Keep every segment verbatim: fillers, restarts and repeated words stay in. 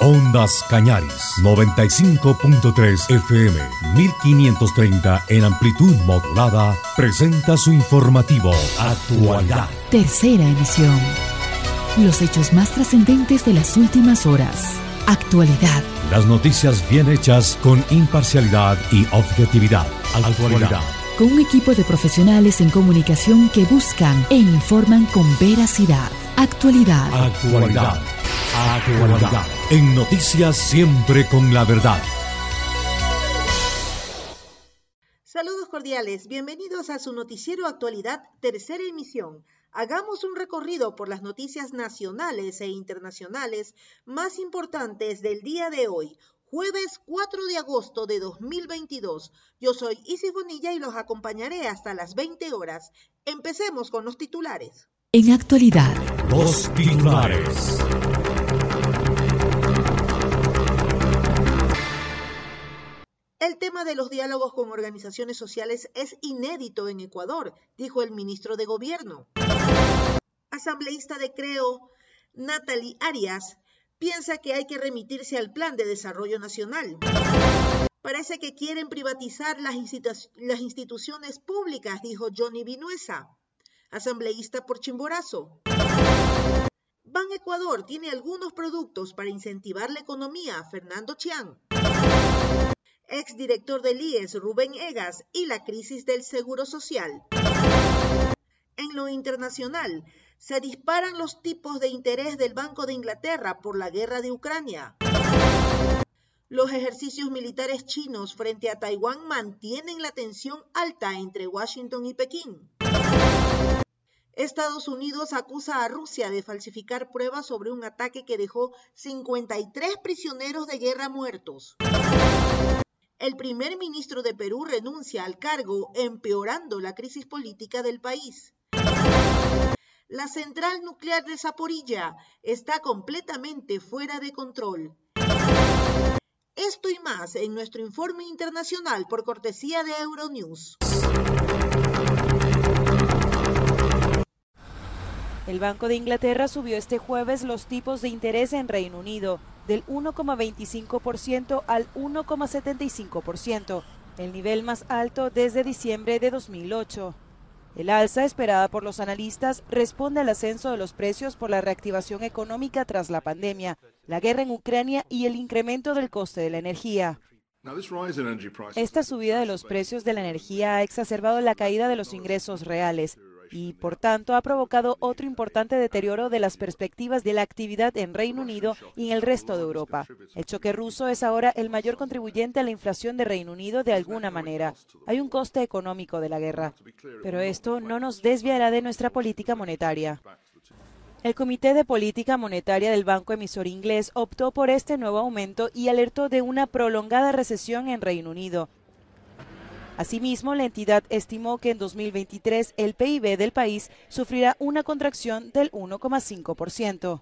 Ondas Cañaris, noventa y cinco punto tres F M, mil quinientos treinta en amplitud modulada, presenta su informativo Actualidad. Tercera emisión. Los hechos más trascendentes de las últimas horas. Actualidad. Las noticias bien hechas con imparcialidad y objetividad. Actualidad. Con un equipo de profesionales en comunicación que buscan e informan con veracidad. Actualidad. Actualidad. Actualidad. En noticias siempre con la verdad. Saludos cordiales, bienvenidos a su noticiero Actualidad, tercera emisión. Hagamos un recorrido por las noticias nacionales e internacionales más importantes del día de hoy, jueves cuatro de agosto de dos mil veintidós. Yo soy Isis Bonilla y los acompañaré hasta las veinte horas. Empecemos con los titulares. En actualidad. Los titulares. El tema de los diálogos con organizaciones sociales es inédito en Ecuador, dijo el ministro de Gobierno. Asambleísta de Creo, Natalie Arias, piensa que hay que remitirse al Plan de Desarrollo Nacional. Parece que quieren privatizar las, institu- las instituciones públicas, dijo Johnny Vinuesa, asambleísta por Chimborazo. Ban Ecuador tiene algunos productos para incentivar la economía, Fernando Chián. Exdirector del I E S, Rubén Egas, y la crisis del Seguro Social. En lo internacional, se disparan los tipos de interés del Banco de Inglaterra por la guerra de Ucrania. Los ejercicios militares chinos frente a Taiwán mantienen la tensión alta entre Washington y Pekín. Estados Unidos acusa a Rusia de falsificar pruebas sobre un ataque que dejó cincuenta y tres prisioneros de guerra muertos. El primer ministro de Perú renuncia al cargo, empeorando la crisis política del país. La central nuclear de Zaporilla está completamente fuera de control. Esto y más en nuestro informe internacional por cortesía de Euronews. El Banco de Inglaterra subió este jueves los tipos de interés en Reino Unido del uno coma veinticinco por ciento al uno coma setenta y cinco por ciento, el nivel más alto desde diciembre de dos mil ocho. El alza esperada por los analistas responde al ascenso de los precios por la reactivación económica tras la pandemia, la guerra en Ucrania y el incremento del coste de la energía. Esta subida de los precios de la energía ha exacerbado la caída de los ingresos reales y, por tanto, ha provocado otro importante deterioro de las perspectivas de la actividad en Reino Unido y en el resto de Europa. El choque ruso es ahora el mayor contribuyente a la inflación de Reino Unido de alguna manera. Hay un coste económico de la guerra, pero esto no nos desviará de nuestra política monetaria. El Comité de Política Monetaria del Banco Emisor Inglés optó por este nuevo aumento y alertó de una prolongada recesión en Reino Unido. Asimismo, la entidad estimó que en dos mil veintitrés el P I B del país sufrirá una contracción del uno coma cinco por ciento.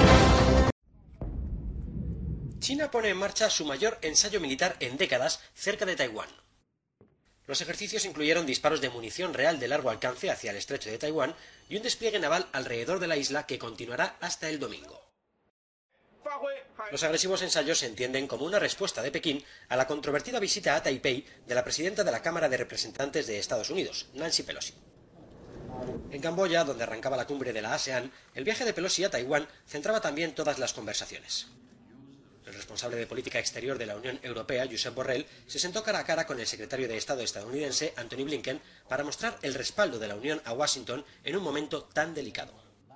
China pone en marcha su mayor ensayo militar en décadas cerca de Taiwán. Los ejercicios incluyeron disparos de munición real de largo alcance hacia el estrecho de Taiwán y un despliegue naval alrededor de la isla que continuará hasta el domingo. Los agresivos ensayos se entienden como una respuesta de Pekín a la controvertida visita a Taipei de la presidenta de la Cámara de Representantes de Estados Unidos, Nancy Pelosi. En Camboya, donde arrancaba la cumbre de la ASEAN, el viaje de Pelosi a Taiwán centraba también todas las conversaciones. El responsable de política exterior de la Unión Europea, Josep Borrell, se sentó cara a cara con el secretario de Estado estadounidense, Antony Blinken, para mostrar el respaldo de la Unión a Washington en un momento tan delicado.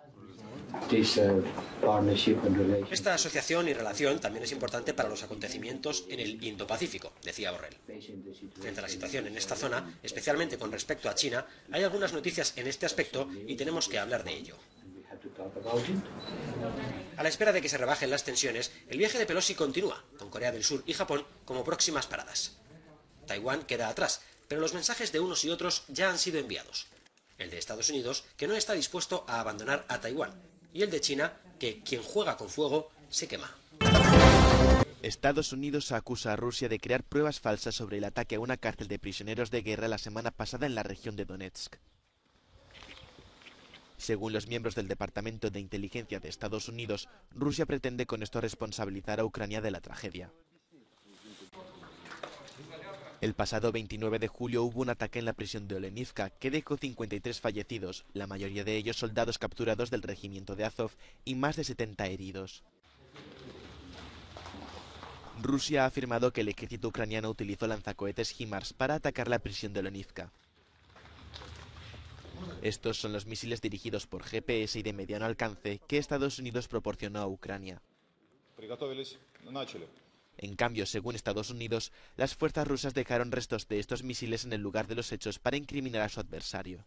Esta asociación y relación también es importante para los acontecimientos en el Indo-Pacífico, decía Borrell. Frente a la situación en esta zona, especialmente con respecto a China, hay algunas noticias en este aspecto y tenemos que hablar de ello. A la espera de que se rebajen las tensiones, el viaje de Pelosi continúa, con Corea del Sur y Japón como próximas paradas. Taiwán queda atrás, pero los mensajes de unos y otros ya han sido enviados. El de Estados Unidos, que no está dispuesto a abandonar a Taiwán, y el de China, que quien juega con fuego se quema. Estados Unidos acusa a Rusia de crear pruebas falsas sobre el ataque a una cárcel de prisioneros de guerra la semana pasada en la región de Donetsk. Según los miembros del Departamento de Inteligencia de Estados Unidos, Rusia pretende con esto responsabilizar a Ucrania de la tragedia. El pasado veintinueve de julio hubo un ataque en la prisión de Olenivka que dejó cincuenta y tres fallecidos, la mayoría de ellos soldados capturados del regimiento de Azov, y más de setenta heridos. Rusia ha afirmado que el ejército ucraniano utilizó lanzacohetes HIMARS para atacar la prisión de Olenivka. Estos son los misiles dirigidos por G P S y de mediano alcance que Estados Unidos proporcionó a Ucrania. En cambio, según Estados Unidos, las fuerzas rusas dejaron restos de estos misiles en el lugar de los hechos para incriminar a su adversario.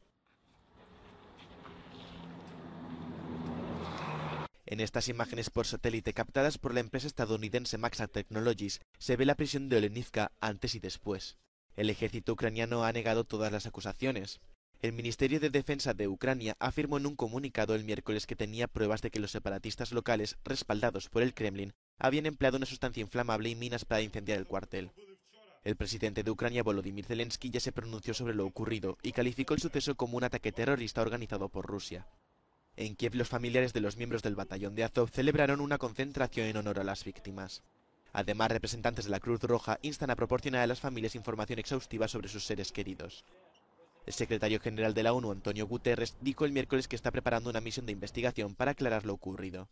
En estas imágenes por satélite captadas por la empresa estadounidense Maxar Technologies se ve la prisión de Olenivka antes y después. El ejército ucraniano ha negado todas las acusaciones. El Ministerio de Defensa de Ucrania afirmó en un comunicado el miércoles que tenía pruebas de que los separatistas locales, respaldados por el Kremlin, habían empleado una sustancia inflamable y minas para incendiar el cuartel. El presidente de Ucrania, Volodymyr Zelensky, ya se pronunció sobre lo ocurrido y calificó el suceso como un ataque terrorista organizado por Rusia. En Kiev, los familiares de los miembros del batallón de Azov celebraron una concentración en honor a las víctimas. Además, representantes de la Cruz Roja instan a proporcionar a las familias información exhaustiva sobre sus seres queridos. El secretario general de la ONU, Antonio Guterres, dijo el miércoles que está preparando una misión de investigación para aclarar lo ocurrido.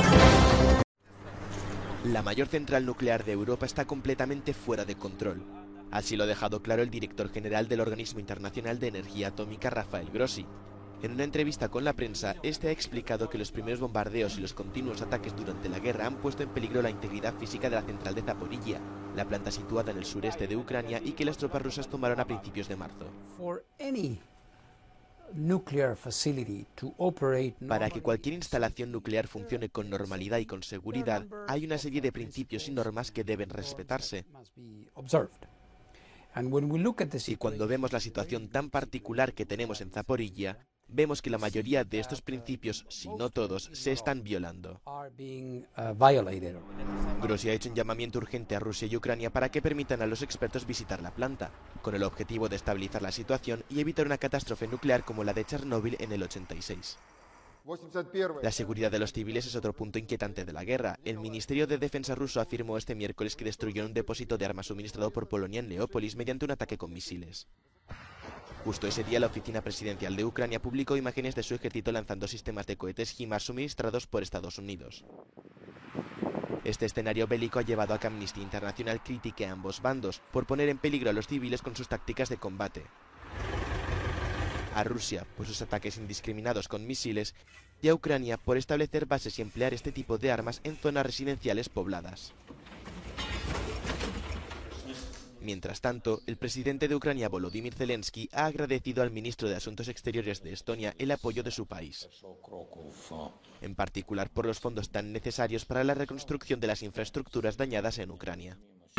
La mayor central nuclear de Europa está completamente fuera de control. Así lo ha dejado claro el director general del Organismo Internacional de Energía Atómica, Rafael Grossi. En una entrevista con la prensa, este ha explicado que los primeros bombardeos y los continuos ataques durante la guerra han puesto en peligro la integridad física de la central de Zaporilla, la planta situada en el sureste de Ucrania y que las tropas rusas tomaron a principios de marzo. Para que cualquier instalación nuclear funcione con normalidad y con seguridad, hay una serie de principios y normas que deben respetarse. Y cuando vemos la situación tan particular que tenemos en Zaporilla, vemos que la mayoría de estos principios, si no todos, se están violando. Grossi ha hecho un llamamiento urgente a Rusia y Ucrania para que permitan a los expertos visitar la planta, con el objetivo de estabilizar la situación y evitar una catástrofe nuclear como la de Chernóbil en el ochenta y seis. La seguridad de los civiles es otro punto inquietante de la guerra. El Ministerio de Defensa ruso afirmó este miércoles que destruyó un depósito de armas suministrado por Polonia en Leópolis mediante un ataque con misiles. Justo ese día, la oficina presidencial de Ucrania publicó imágenes de su ejército lanzando sistemas de cohetes HIMARS suministrados por Estados Unidos. Este escenario bélico ha llevado a que Amnistía Internacional critique a ambos bandos por poner en peligro a los civiles con sus tácticas de combate. A Rusia por sus ataques indiscriminados con misiles y a Ucrania por establecer bases y emplear este tipo de armas en zonas residenciales pobladas. Mientras tanto, el presidente de Ucrania, Volodymyr Zelensky, ha agradecido al ministro de Asuntos Exteriores de Estonia el apoyo de su país, en particular por los fondos tan necesarios para la reconstrucción de las infraestructuras dañadas en Ucrania.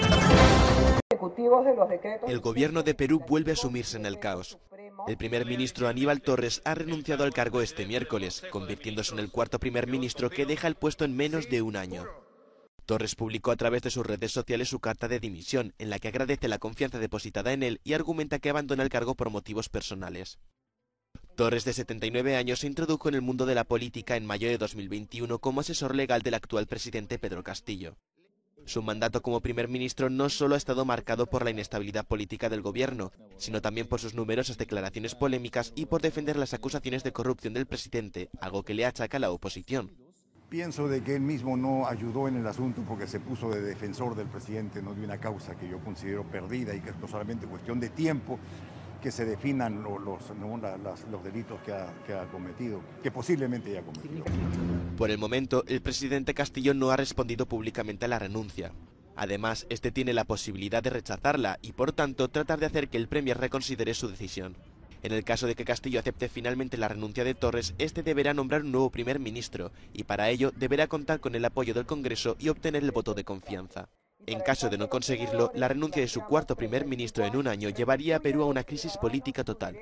El gobierno de Perú vuelve a sumirse en el caos. El primer ministro Aníbal Torres ha renunciado al cargo este miércoles, convirtiéndose en el cuarto primer ministro que deja el puesto en menos de un año. Torres publicó a través de sus redes sociales su carta de dimisión, en la que agradece la confianza depositada en él y argumenta que abandona el cargo por motivos personales. Torres, de setenta y nueve años, se introdujo en el mundo de la política en mayo de dos mil veintiuno como asesor legal del actual presidente Pedro Castillo. Su mandato como primer ministro no solo ha estado marcado por la inestabilidad política del gobierno, sino también por sus numerosas declaraciones polémicas y por defender las acusaciones de corrupción del presidente, algo que le achaca la oposición. Pienso de que él mismo no ayudó en el asunto porque se puso de defensor del presidente, no de una causa que yo considero perdida y que es solamente cuestión de tiempo que se definan los, los, no, las, los delitos que ha, que ha cometido, que posiblemente haya cometido. Por el momento, el presidente Castillo no ha respondido públicamente a la renuncia. Además, este tiene la posibilidad de rechazarla y, por tanto, tratar de hacer que el Premier reconsidere su decisión. En el caso de que Castillo acepte finalmente la renuncia de Torres, este deberá nombrar un nuevo primer ministro y para ello deberá contar con el apoyo del Congreso y obtener el voto de confianza. En caso de no conseguirlo, la renuncia de su cuarto primer ministro en un año llevaría a Perú a una crisis política total.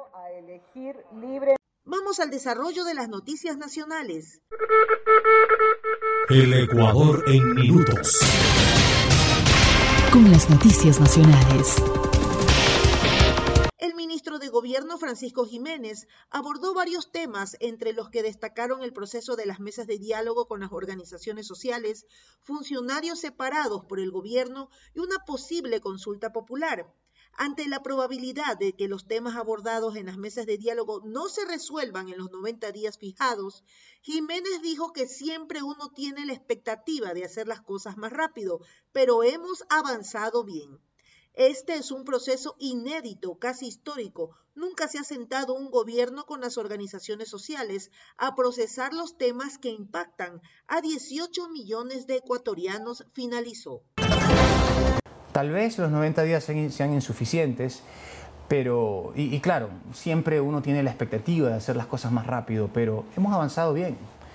Vamos al desarrollo de las noticias nacionales. El Ecuador en minutos. Con las noticias nacionales. El ministro de Gobierno Gobierno, Francisco Jiménez, abordó varios temas, entre los que destacaron el proceso de las mesas de diálogo con las organizaciones sociales, funcionarios separados por el Gobierno y una posible consulta popular. Ante la probabilidad de que los temas abordados en las mesas de diálogo no se resuelvan en los noventa días fijados, Jiménez dijo que siempre uno tiene la expectativa de hacer las cosas más rápido, pero hemos avanzado bien. Este es un proceso inédito, casi histórico. Nunca se ha sentado un gobierno con las organizaciones sociales a procesar los temas que impactan a dieciocho millones de ecuatorianos, finalizó. Tal vez los noventa días sean insuficientes, pero, y, y claro, siempre uno tiene la expectativa de hacer las cosas más rápido, pero hemos avanzado bien.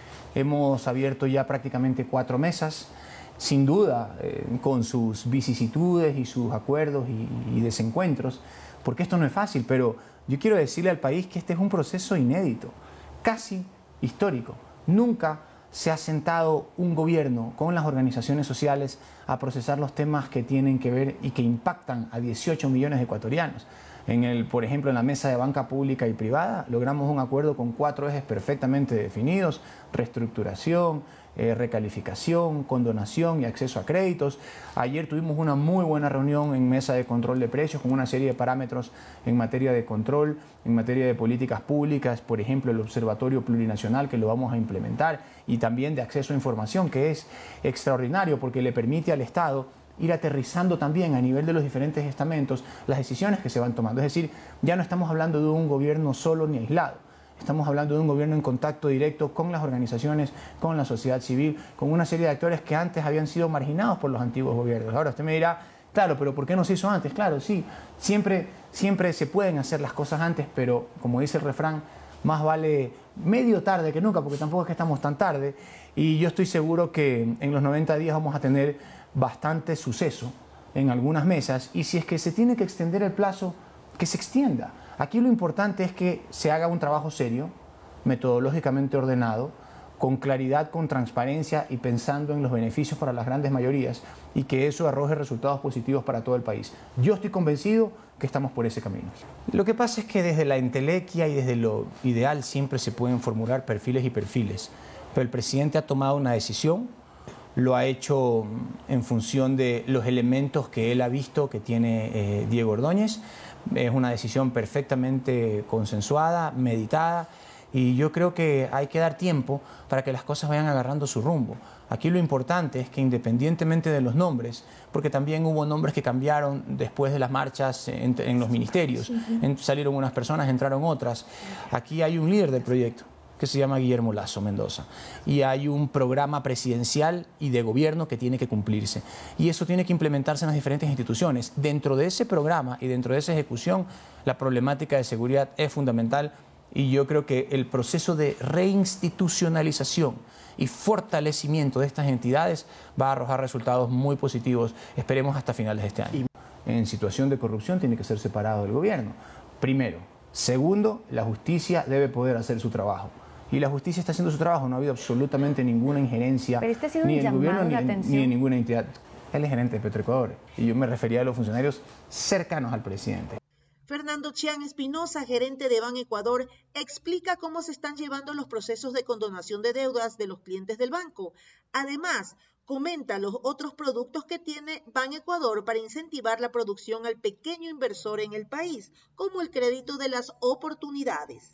Hemos abierto ya prácticamente cuatro mesas, sin duda, eh, con sus vicisitudes y sus acuerdos y, y desencuentros, porque esto no es fácil, pero yo quiero decirle al país que este es un proceso inédito, casi histórico. Nunca se ha sentado un gobierno con las organizaciones sociales a procesar los temas que tienen que ver y que impactan a dieciocho millones de ecuatorianos. En el, por ejemplo, en la mesa de banca pública y privada, logramos un acuerdo con cuatro ejes perfectamente definidos: reestructuración, eh, recalificación, condonación y acceso a créditos. Ayer tuvimos una muy buena reunión en mesa de control de precios con una serie de parámetros en materia de control, en materia de políticas públicas, por ejemplo, el Observatorio Plurinacional, que lo vamos a implementar, y también de acceso a información, que es extraordinario porque le permite al Estado ir aterrizando también a nivel de los diferentes estamentos las decisiones que se van tomando. Es decir, ya no estamos hablando de un gobierno solo ni aislado. Estamos hablando de un gobierno en contacto directo con las organizaciones, con la sociedad civil, con una serie de actores que antes habían sido marginados por los antiguos gobiernos. Ahora usted me dirá, claro, pero ¿por qué no se hizo antes? Claro, sí, siempre, siempre se pueden hacer las cosas antes, pero como dice el refrán, más vale medio tarde que nunca, porque tampoco es que estamos tan tarde. Y yo estoy seguro que en los noventa días vamos a tener bastante suceso en algunas mesas, y si es que se tiene que extender el plazo, que se extienda. Aquí lo importante es que se haga un trabajo serio, metodológicamente ordenado, con claridad, con transparencia y pensando en los beneficios para las grandes mayorías, y que eso arroje resultados positivos para todo el país. Yo estoy convencido que estamos por ese camino. Lo que pasa es que desde la entelequia y desde lo ideal siempre se pueden formular perfiles y perfiles, pero el presidente ha tomado una decisión, lo ha hecho en función de los elementos que él ha visto que tiene eh, Diego Ordóñez. Es una decisión perfectamente consensuada, meditada, y yo creo que hay que dar tiempo para que las cosas vayan agarrando su rumbo. Aquí lo importante es que, independientemente de los nombres, porque también hubo nombres que cambiaron después de las marchas en, en los ministerios, en, salieron unas personas, entraron otras. Aquí hay un líder del proyecto que se llama Guillermo Lasso Mendoza, y hay un programa presidencial y de gobierno que tiene que cumplirse, y eso tiene que implementarse en las diferentes instituciones. Dentro de ese programa y dentro de esa ejecución, la problemática de seguridad es fundamental, y yo creo que el proceso de reinstitucionalización y fortalecimiento de estas entidades va a arrojar resultados muy positivos, esperemos hasta finales de este año. En situación de corrupción tiene que ser separado del gobierno, primero. Segundo, la justicia debe poder hacer su trabajo. Y la justicia está haciendo su trabajo, no ha habido absolutamente ninguna injerencia este ni del gobierno ni, ni de ninguna entidad. Él es gerente de Petroecuador, y yo me refería a los funcionarios cercanos al presidente. Fernando Chián Espinosa, gerente de Banecuador, explica cómo se están llevando los procesos de condonación de deudas de los clientes del banco. Además, comenta los otros productos que tiene Banecuador para incentivar la producción al pequeño inversor en el país, como el crédito de las oportunidades.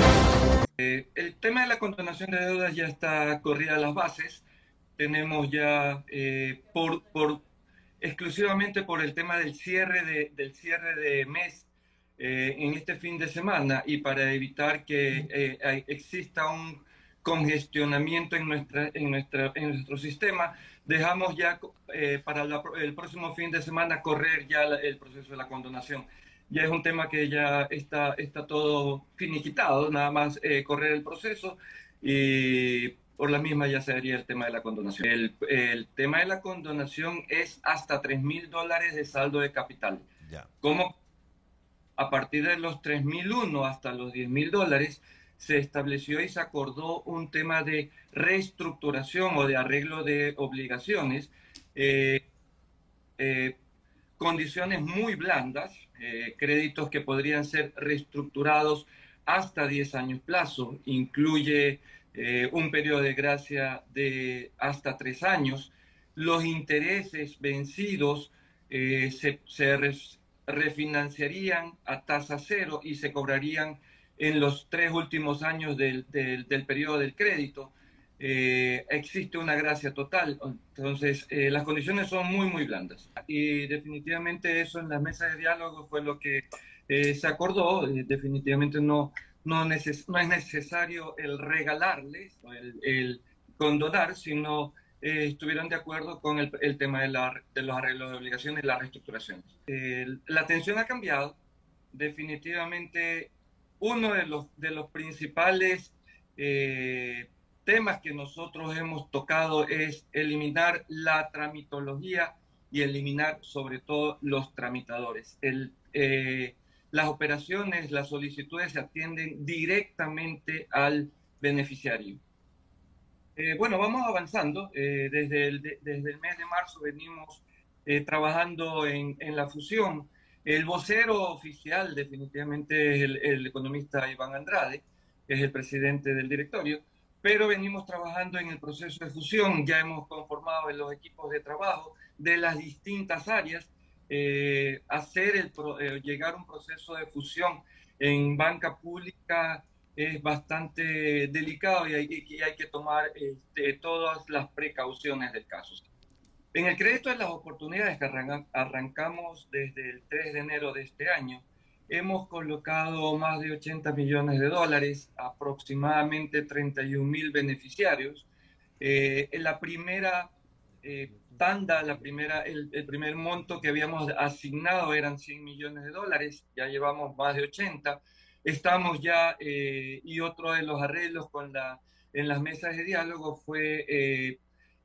Eh, el tema de la condonación de deudas ya está corrida a las bases. Tenemos ya, eh, por, por, exclusivamente por el tema del cierre de, del cierre de mes eh, en este fin de semana, y para evitar que eh, exista un congestionamiento en, nuestra, en, nuestra, en nuestro sistema, dejamos ya eh, para la, el próximo fin de semana correr ya la, el proceso de la condonación. Ya es un tema que ya está, está todo finiquitado, nada más eh, correr el proceso, y por la misma ya se haría el tema de la condonación. El, el tema de la condonación es hasta tres mil dólares de saldo de capital. Ya. Como a partir de los tres mil uno hasta los diez mil dólares, se estableció y se acordó un tema de reestructuración o de arreglo de obligaciones, eh, eh, condiciones muy blandas, eh, créditos que podrían ser reestructurados hasta diez años plazo, incluye eh, un periodo de gracia de hasta tres años, los intereses vencidos eh, se, se res, refinanciarían a tasa cero y se cobrarían en los tres últimos años del, del, del periodo del crédito. Eh, existe una gracia total, entonces eh, las condiciones son muy muy blandas y definitivamente eso en las mesas de diálogo fue lo que eh, se acordó. Eh, definitivamente no, no, neces no es necesario el regalarles, el, el condonar, sino eh, estuvieron de acuerdo con el, el tema de, la, de los arreglos de obligaciones y las reestructuraciones. Eh, la atención ha cambiado, definitivamente uno de los, de los principales eh, temas que nosotros hemos tocado es eliminar la tramitología y eliminar sobre todo los tramitadores. El, eh, las operaciones, las solicitudes se atienden directamente al beneficiario. Eh, bueno, vamos avanzando. Eh, desde, el, de, desde el mes de marzo venimos eh, trabajando en, en la fusión. El vocero oficial definitivamente es el, el economista Iván Andrade, que es el presidente del directorio, pero venimos trabajando en el proceso de fusión. Ya hemos conformado en los equipos de trabajo de las distintas áreas, eh, hacer el, eh, llegar a un proceso de fusión en banca pública es bastante delicado y hay, y hay que tomar este, todas las precauciones del caso. En el crédito de las oportunidades que arranca, arrancamos desde el tres de enero de este año, hemos colocado más de ochenta millones de dólares, aproximadamente treinta y un mil beneficiarios. Eh, en la primera eh, tanda, la primera, el, el primer monto que habíamos asignado eran cien millones de dólares, ya llevamos más de ochenta. Estamos ya, eh, y otro de los arreglos con la, en las mesas de diálogo fue eh,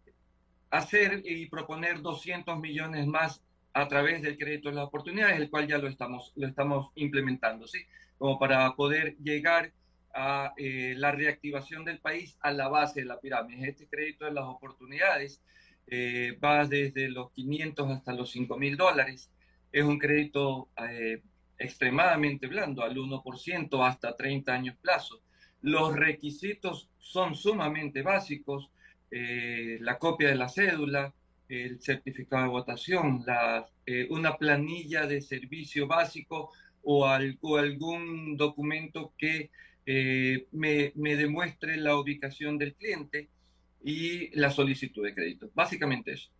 hacer y proponer doscientos millones más a través del crédito de las oportunidades, el cual ya lo estamos, lo estamos implementando, ¿sí? Como para poder llegar a eh, la reactivación del país a la base de la pirámide. Este crédito de las oportunidades eh, va desde los quinientos hasta los cinco mil dólares. Es un crédito eh, extremadamente blando, al uno por ciento hasta treinta años plazo. Los requisitos son sumamente básicos, eh, la copia de la cédula, el certificado de votación, la, eh, una planilla de servicio básico o, al, o algún documento que eh, me, me demuestre la ubicación del cliente y la solicitud de crédito. Básicamente eso.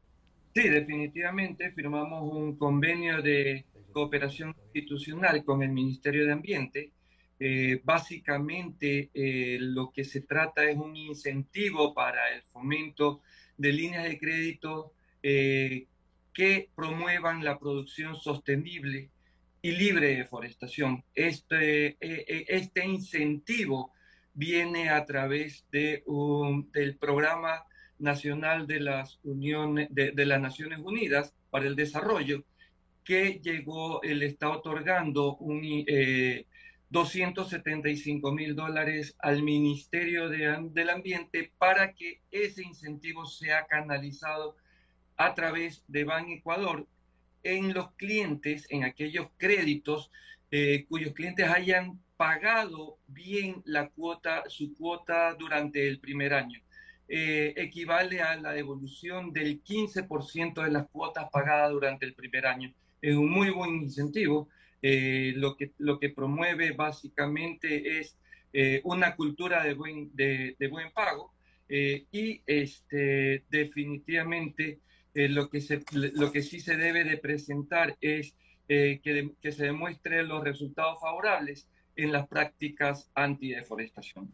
Sí, definitivamente firmamos un convenio de cooperación institucional con el Ministerio de Ambiente. Eh, básicamente eh, lo que se trata es un incentivo para el fomento de líneas de crédito eh, que promuevan la producción sostenible y libre de deforestación. Este, eh, este incentivo viene a través de un, del Programa Nacional de las, Uniones, de, de las Naciones Unidas para el Desarrollo, que llegó, le está otorgando un, eh, doscientos setenta y cinco mil dólares al Ministerio de, del Ambiente para que ese incentivo sea canalizado a través de Ban Ecuador en los clientes, en aquellos créditos eh, cuyos clientes hayan pagado bien la cuota, su cuota durante el primer año. Eh, equivale a la devolución del quince por ciento de las cuotas pagadas durante el primer año. Es un muy buen incentivo. Eh, lo, que, lo que promueve básicamente es eh, una cultura de buen, de, de buen pago eh, y este, definitivamente eh, lo, que se, lo que sí se debe de presentar es eh, que, de, que se demuestren los resultados favorables en las prácticas antideforestación.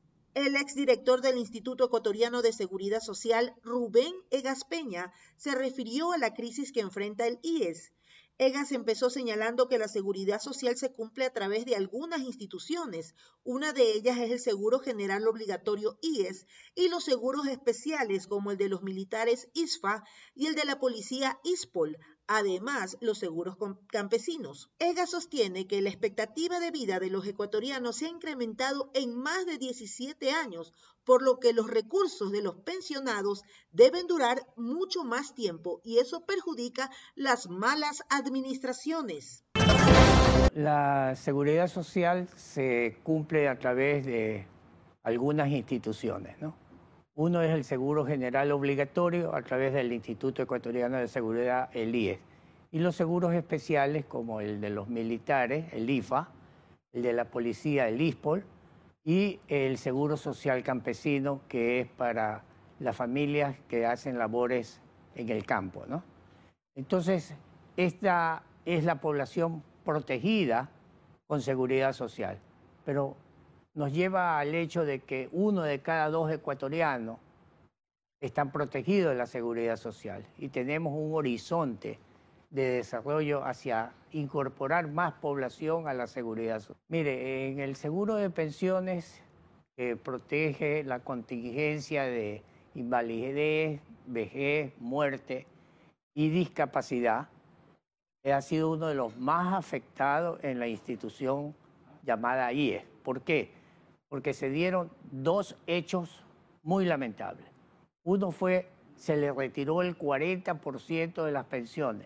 El exdirector del Instituto Ecuatoriano de Seguridad Social, Rubén Egas Peña, se refirió a la crisis que enfrenta el I E S. Egas empezó señalando que la seguridad social se cumple a través de algunas instituciones. Una de ellas es el Seguro General Obligatorio I E S y los seguros especiales como el de los militares I S F A y el de la policía I S P O L, Además, los seguros campesinos. EGA sostiene que la expectativa de vida de los ecuatorianos se ha incrementado en más de diecisiete años, por lo que los recursos de los pensionados deben durar mucho más tiempo y eso perjudica las malas administraciones. La seguridad social se cumple a través de algunas instituciones, ¿no? Uno es el seguro general obligatorio a través del Instituto Ecuatoriano de Seguridad, el I E S, y los seguros especiales como el de los militares, el I F A, el de la policía, el I S P O L, y el seguro social campesino, que es para las familias que hacen labores en el campo, ¿no? Entonces, esta es la población protegida con seguridad social, pero nos lleva al hecho de que uno de cada dos ecuatorianos están protegidos de la seguridad social y tenemos un horizonte de desarrollo hacia incorporar más población a la seguridad social. Mire, en el seguro de pensiones que protege la contingencia de invalidez, vejez, muerte y discapacidad, ha sido uno de los más afectados en la institución llamada I E S. ¿Por qué? Porque se dieron dos hechos muy lamentables. Uno fue, se le retiró el cuarenta por ciento de las pensiones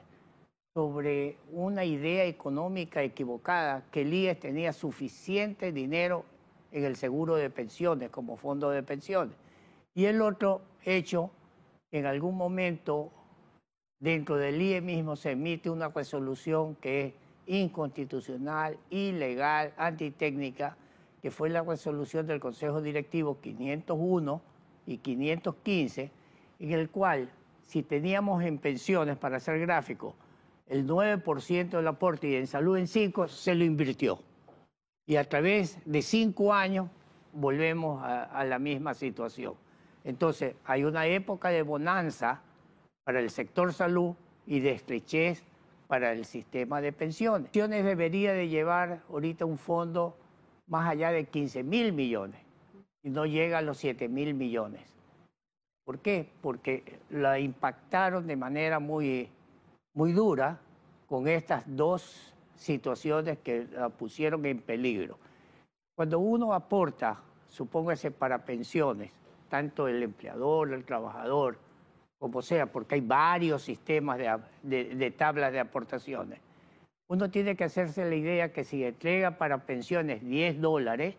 sobre una idea económica equivocada, que el I E S tenía suficiente dinero en el seguro de pensiones como fondo de pensiones. Y el otro hecho, en algún momento dentro del I E S mismo se emite una resolución que es inconstitucional, ilegal, antitécnica, que fue la resolución del Consejo Directivo quinientos uno y quinientos quince, en el cual, si teníamos en pensiones, para hacer gráfico, el nueve por ciento del aporte y en salud en cinco por ciento, se lo invirtió. Y a través de cinco años volvemos a, a la misma situación. Entonces, hay una época de bonanza para el sector salud y de estrechez para el sistema de pensiones. Pensiones debería de llevar ahorita un fondo más allá de quince mil millones y no llega a los siete mil millones. ¿Por qué? Porque la impactaron de manera muy, muy dura con estas dos situaciones que la pusieron en peligro. Cuando uno aporta, supóngase para pensiones, tanto el empleador, el trabajador, como sea, porque hay varios sistemas de, de, de tablas de aportaciones, uno tiene que hacerse la idea que si entrega para pensiones diez dólares,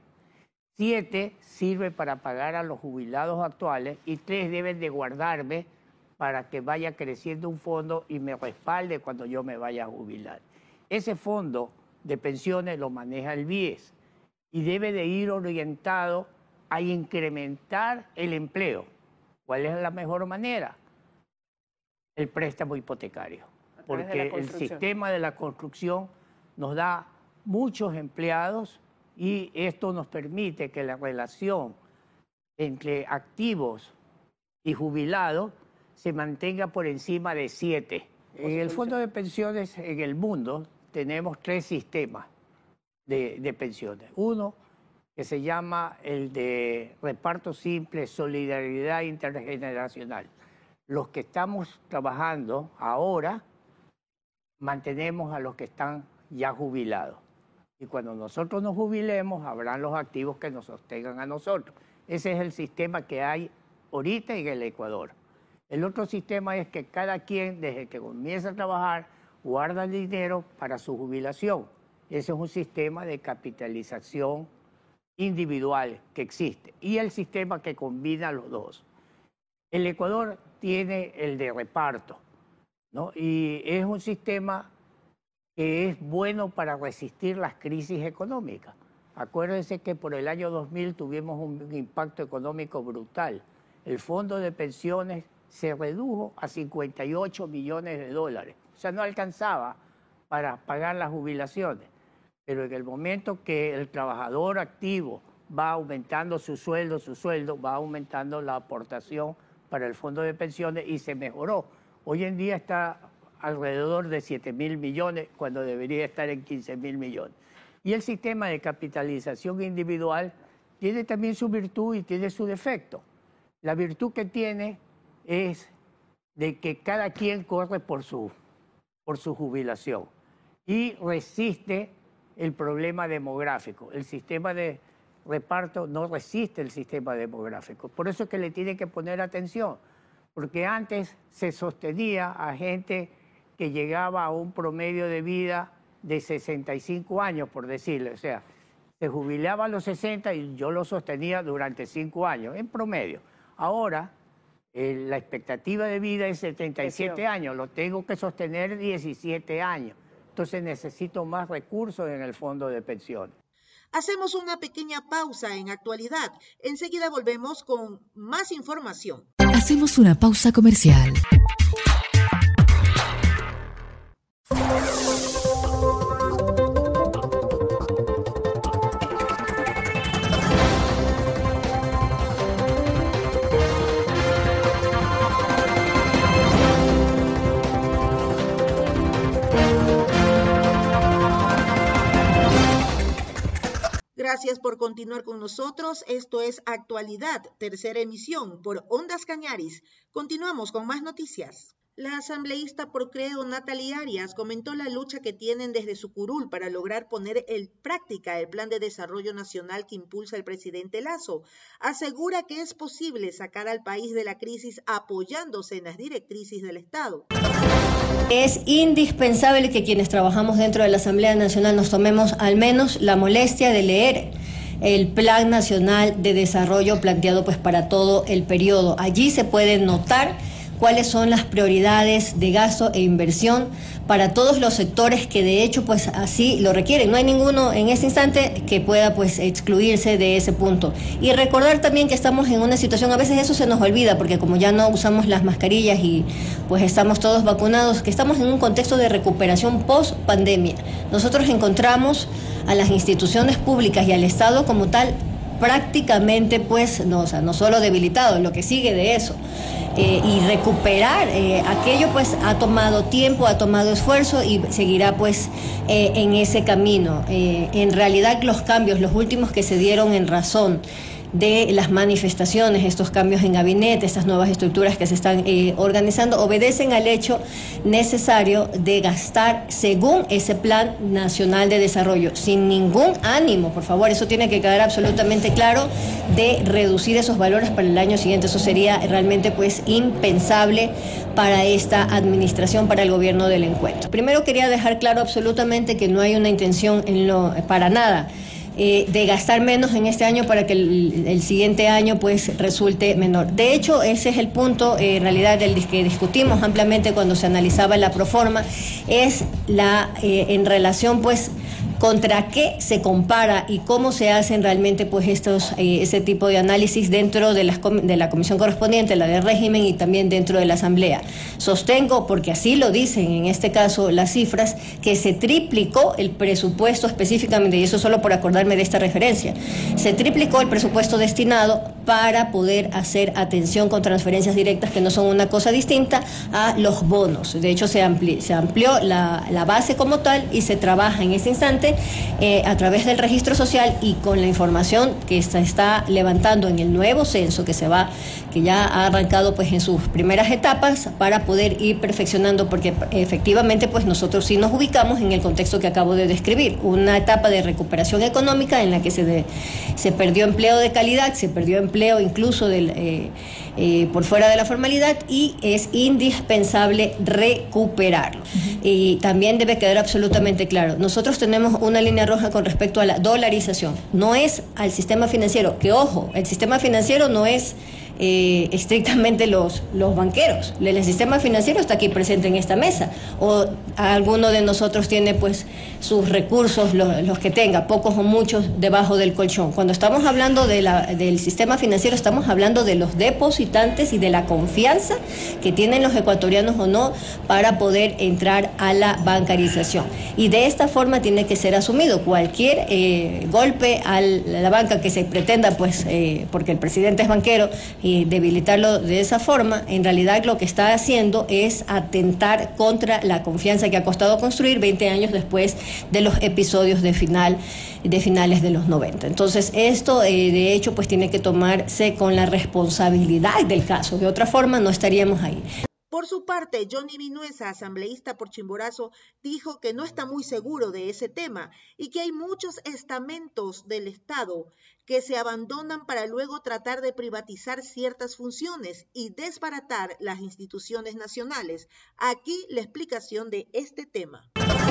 siete sirve para pagar a los jubilados actuales y tres deben de guardarme para que vaya creciendo un fondo y me respalde cuando yo me vaya a jubilar. Ese fondo de pensiones lo maneja el B I E S y debe de ir orientado a incrementar el empleo. ¿Cuál es la mejor manera? El préstamo hipotecario. Porque el sistema de la construcción nos da muchos empleados y esto nos permite que la relación entre activos y jubilados se mantenga por encima de siete. En el fondo de pensiones en el mundo tenemos tres sistemas de, de pensiones. Uno que se llama el de reparto simple, solidaridad intergeneracional. Los que estamos trabajando ahora mantenemos a los que están ya jubilados. Y cuando nosotros nos jubilemos, habrán los activos que nos sostengan a nosotros. Ese es el sistema que hay ahorita en el Ecuador. El otro sistema es que cada quien, desde que comienza a trabajar, guarda el dinero para su jubilación. Ese es un sistema de capitalización individual que existe. Y el sistema que combina los dos. El Ecuador tiene el de reparto, ¿no? Y es un sistema que es bueno para resistir las crisis económicas. Acuérdense que por el año dos mil tuvimos un impacto económico brutal. El fondo de pensiones se redujo a cincuenta y ocho millones de dólares. O sea, no alcanzaba para pagar las jubilaciones. Pero en el momento que el trabajador activo va aumentando su sueldo, su sueldo, va aumentando la aportación para el fondo de pensiones y se mejoró. Hoy en día está alrededor de siete mil millones cuando debería estar en quince mil millones. Y el sistema de capitalización individual tiene también su virtud y tiene su defecto. La virtud que tiene es de que cada quien corre por su, por su jubilación y resiste el problema demográfico. El sistema de reparto no resiste el sistema demográfico. Por eso es que le tiene que poner atención, porque antes se sostenía a gente que llegaba a un promedio de vida de sesenta y cinco años, por decirle. O sea, se jubilaba a los sesenta y yo lo sostenía durante cinco años, en promedio. Ahora, eh, la expectativa de vida es setenta y siete años, lo tengo que sostener diecisiete años. Entonces necesito más recursos en el fondo de pensiones. Hacemos una pequeña pausa en Actualidad. Enseguida volvemos con más información. Hacemos una pausa comercial. Gracias por continuar con nosotros. Esto es Actualidad, tercera emisión por Ondas Cañaris. Continuamos con más noticias. La asambleísta por Creo, Natalie Arias, comentó la lucha que tienen desde su curul para lograr poner en práctica el plan de desarrollo nacional que impulsa el presidente Lasso. Asegura que es posible sacar al país de la crisis apoyándose en las directrices del Estado. Es indispensable que quienes trabajamos dentro de la Asamblea Nacional nos tomemos al menos la molestia de leer el Plan Nacional de Desarrollo planteado pues para todo el periodo. Allí se pueden notar cuáles son las prioridades de gasto e inversión para todos los sectores que de hecho pues así lo requieren. No hay ninguno en este instante que pueda pues excluirse de ese punto. Y recordar también que estamos en una situación, a veces eso se nos olvida porque como ya no usamos las mascarillas y pues estamos todos vacunados, que estamos en un contexto de recuperación post pandemia. Nosotros encontramos a las instituciones públicas y al Estado como tal prácticamente pues no, o sea, no solo debilitado, lo que sigue de eso. Eh, y recuperar eh, aquello pues ha tomado tiempo, ha tomado esfuerzo y seguirá pues eh, en ese camino. Eh, en realidad los cambios, los últimos que se dieron en razón de las manifestaciones, estos cambios en gabinete, estas nuevas estructuras que se están eh, organizando, obedecen al hecho necesario de gastar según ese Plan Nacional de Desarrollo, sin ningún ánimo, por favor, eso tiene que quedar absolutamente claro, de reducir esos valores para el año siguiente. Eso sería realmente pues impensable para esta administración, para el gobierno del encuentro. Primero quería dejar claro absolutamente que no hay una intención en lo, para nada Eh, de gastar menos en este año para que el, el siguiente año pues resulte menor. De hecho, ese es el punto eh, en realidad del que discutimos ampliamente cuando se analizaba la proforma, es la eh, en relación pues contra qué se compara y cómo se hacen realmente pues estos eh, ese tipo de análisis dentro de, las, de la comisión correspondiente, la de régimen, y también dentro de la asamblea. Sostengo, porque así lo dicen en este caso las cifras, que se triplicó el presupuesto específicamente, y eso solo por acordarme de esta referencia, se triplicó el presupuesto destinado para poder hacer atención con transferencias directas, que no son una cosa distinta a los bonos. De hecho se, ampli, se amplió la, la base como tal y se trabaja en este instante Eh, a través del registro social y con la información que se está levantando en el nuevo censo que se va, que ya ha arrancado pues en sus primeras etapas, para poder ir perfeccionando, porque efectivamente pues nosotros sí nos ubicamos en el contexto que acabo de describir, una etapa de recuperación económica en la que se, de, se perdió empleo de calidad, se perdió empleo incluso del, eh, eh, por fuera de la formalidad, y es indispensable recuperarlo. Uh-huh. Y también debe quedar absolutamente claro, nosotros tenemos una línea roja con respecto a la dolarización, no es al sistema financiero, que ojo, el sistema financiero no es eh, estrictamente los, los banqueros, el sistema financiero está aquí presente en esta mesa, o alguno de nosotros tiene pues sus recursos, los, los que tenga, pocos o muchos, debajo del colchón. Cuando estamos hablando de la, del sistema financiero, estamos hablando de los depositantes y de la confianza que tienen los ecuatorianos o no para poder entrar a la bancarización, y de esta forma tiene que ser asumido cualquier eh, golpe a la banca que se pretenda pues eh, porque el presidente es banquero, y debilitarlo de esa forma, en realidad lo que está haciendo es atentar contra la confianza que ha costado construir veinte años después de los episodios de final de finales de los noventa. Entonces esto eh, de hecho pues tiene que tomarse con la responsabilidad del caso, de otra forma no estaríamos ahí. Por su parte, Johnny Vinuesa, asambleísta por Chimborazo, dijo que no está muy seguro de ese tema y que hay muchos estamentos del Estado que se abandonan para luego tratar de privatizar ciertas funciones y desbaratar las instituciones nacionales. Aquí la explicación de este tema.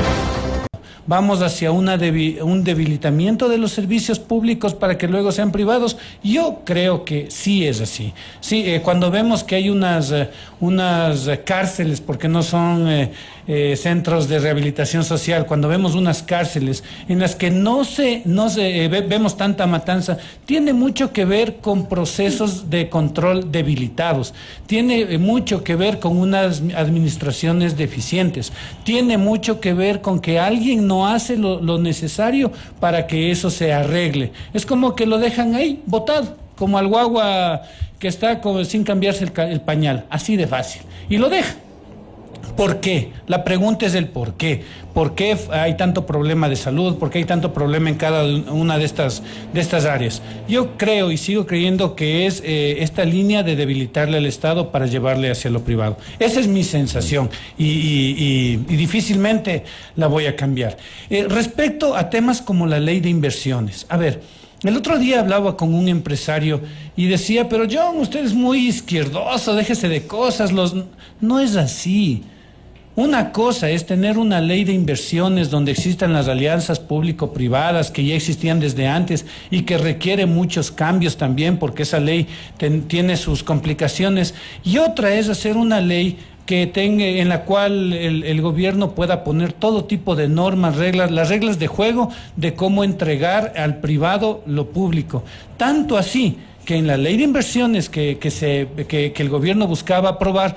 Vamos hacia una debi- un debilitamiento de los servicios públicos para que luego sean privados. Yo creo que sí es así. Sí, eh, cuando vemos que hay unas, eh, unas cárceles, porque no son eh, eh, centros de rehabilitación social, cuando vemos unas cárceles en las que no se, no se eh, ve, vemos tanta matanza, tiene mucho que ver con procesos de control debilitados, tiene eh, mucho que ver con unas administraciones deficientes, tiene mucho que ver con que alguien no hace lo, lo necesario para que eso se arregle. Es como que lo dejan ahí, botado, como al guagua que está como sin cambiarse el, el pañal, así de fácil, y lo deja. ¿Por qué? La pregunta es el por qué. ¿Por qué hay tanto problema de salud? ¿Por qué hay tanto problema en cada una de estas, de estas áreas? Yo creo y sigo creyendo que es eh, esta línea de debilitarle al Estado para llevarle hacia lo privado. Esa es mi sensación y, y, y, y difícilmente la voy a cambiar. Eh, respecto a temas como la ley de inversiones, a ver, el otro día hablaba con un empresario y decía, pero John, usted es muy izquierdoso, déjese de cosas. Los... No es así. Una cosa es tener una ley de inversiones donde existan las alianzas público-privadas que ya existían desde antes y que requiere muchos cambios también porque esa ley ten, tiene sus complicaciones. Y otra es hacer una ley que tenga, en la cual el, el gobierno pueda poner todo tipo de normas, reglas, las reglas de juego de cómo entregar al privado lo público. Tanto así que en la ley de inversiones que, que, se, que, que el gobierno buscaba aprobar,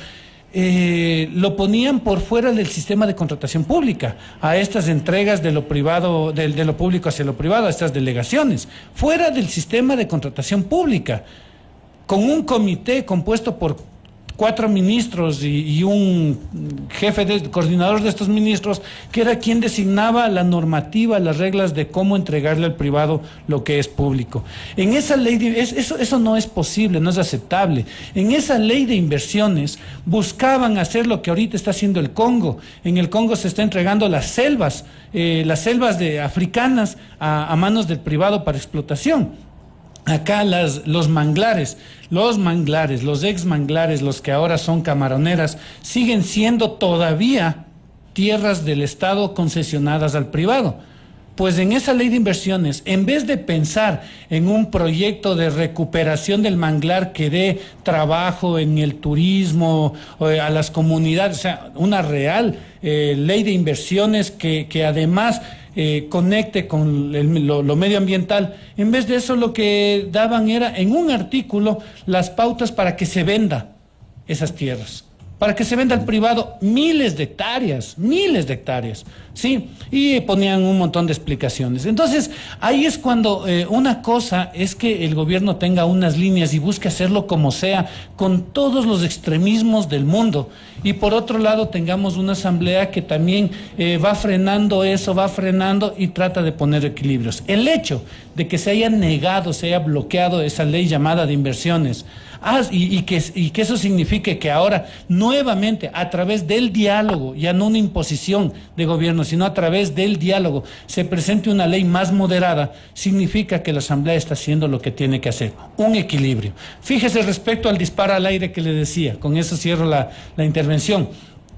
Eh, lo ponían por fuera del sistema de contratación pública, a estas entregas de lo privado, de, de lo público hacia lo privado, a estas delegaciones, fuera del sistema de contratación pública, con un comité compuesto por cuatro ministros y, y un jefe de, coordinador de estos ministros, que era quien designaba la normativa, las reglas de cómo entregarle al privado lo que es público. En esa ley, de, es, eso, eso no es posible, no es aceptable. En esa ley de inversiones buscaban hacer lo que ahorita está haciendo el Congo. En el Congo se está entregando las selvas, eh, las selvas de, africanas a, a manos del privado para explotación. Acá las, los manglares, los manglares, los ex manglares, los que ahora son camaroneras, siguen siendo todavía tierras del Estado concesionadas al privado. Pues en esa ley de inversiones, en vez de pensar en un proyecto de recuperación del manglar que dé trabajo en el turismo, a las comunidades, o sea, una real eh, ley de inversiones que, que además eh, conecte con el, lo, lo medioambiental, en vez de eso lo que daban era en un artículo las pautas para que se venda esas tierras, para que se venda al privado miles de hectáreas, miles de hectáreas, ¿sí? Y ponían un montón de explicaciones. Entonces, ahí es cuando eh, una cosa es que el gobierno tenga unas líneas y busque hacerlo como sea, con todos los extremismos del mundo. Y por otro lado, tengamos una asamblea que también eh, va frenando eso, va frenando y trata de poner equilibrios. El hecho de que se haya negado, se haya bloqueado esa ley llamada de inversiones, Ah, y, y, que, y que eso signifique que ahora nuevamente a través del diálogo, ya no una imposición de gobierno, sino a través del diálogo, se presente una ley más moderada, significa que la Asamblea está haciendo lo que tiene que hacer, un equilibrio. Fíjese respecto al disparo al aire que le decía, con eso cierro la, la intervención.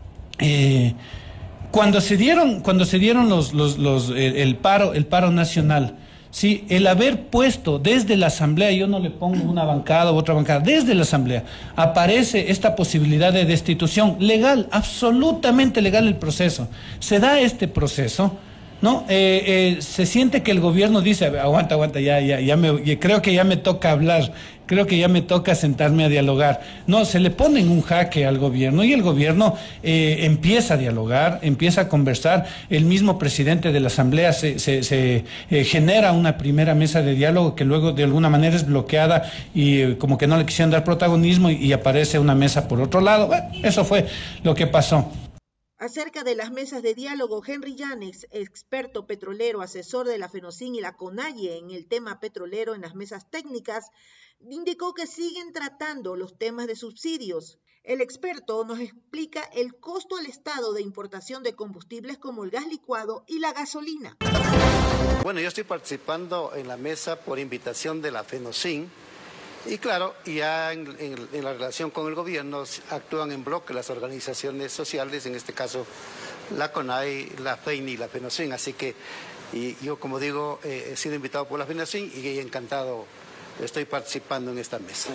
Eh, cuando se dieron, cuando se dieron los, los, los, el, el paro, el paro nacional, sí, el haber puesto desde la Asamblea, yo no le pongo una bancada u otra bancada, desde la Asamblea aparece esta posibilidad de destitución legal, absolutamente legal el proceso. Se da este proceso, ¿no? Eh, eh, se siente que el gobierno dice, aguanta, aguanta, ya, ya, ya me, ya, creo que ya me toca hablar, creo que ya me toca sentarme a dialogar. No, se le pone en un jaque al gobierno y el gobierno eh, empieza a dialogar, empieza a conversar. El mismo presidente de la Asamblea se, se, se eh, genera una primera mesa de diálogo que luego de alguna manera es bloqueada y eh, como que no le quisieron dar protagonismo y, y aparece una mesa por otro lado. Bueno, eso fue lo que pasó. Acerca de las mesas de diálogo, Henry Llanes, experto petrolero, asesor de la FENOCIN y la CONAIE en el tema petrolero en las mesas técnicas, indicó que siguen tratando los temas de subsidios. El experto nos explica el costo al Estado de importación de combustibles como el gas licuado y la gasolina. Bueno, yo estoy participando en la mesa por invitación de la FENOCIN y claro, ya en, en, en la relación con el gobierno actúan en bloque las organizaciones sociales, en este caso la CONAI, la FEINI y la FENOCIN, así que y yo como digo eh, he sido invitado por la FENOCIN y encantado estoy participando en esta mesa.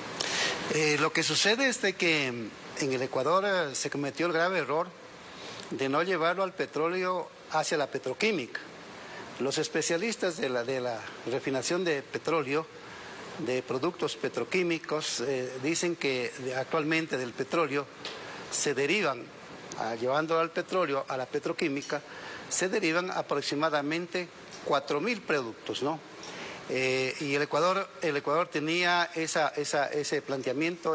Eh, lo que sucede es de que en el Ecuador eh, se cometió el grave error de no llevarlo al petróleo hacia la petroquímica. Los especialistas de la, de la refinación de petróleo, de productos petroquímicos, eh, dicen que de, actualmente del petróleo se derivan, a, llevándolo al petróleo, a la petroquímica, se derivan aproximadamente cuatro mil productos, ¿no? Eh, y el Ecuador, el Ecuador tenía esa, esa, ese planteamiento,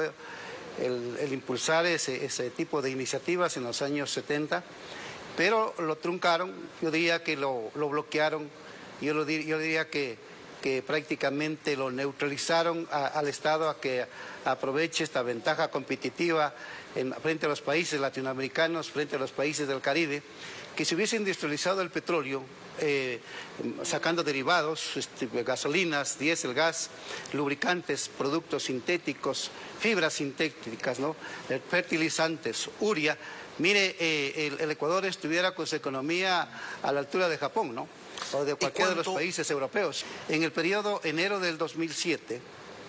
el, el impulsar ese, ese tipo de iniciativas en los años setenta, pero lo truncaron, yo diría que lo, lo bloquearon, yo, lo, yo diría que, que prácticamente lo neutralizaron a, al Estado a que aproveche esta ventaja competitiva en, frente a los países latinoamericanos, frente a los países del Caribe, que si hubiese industrializado el petróleo, eh, sacando derivados, este, gasolinas, diésel, gas, lubricantes, productos sintéticos, fibras sintéticas, ¿no? fertilizantes, urea, mire, eh, el, el Ecuador estuviera con su economía a la altura de Japón, ¿no? O de cualquiera de los países europeos. En el periodo enero del dos mil siete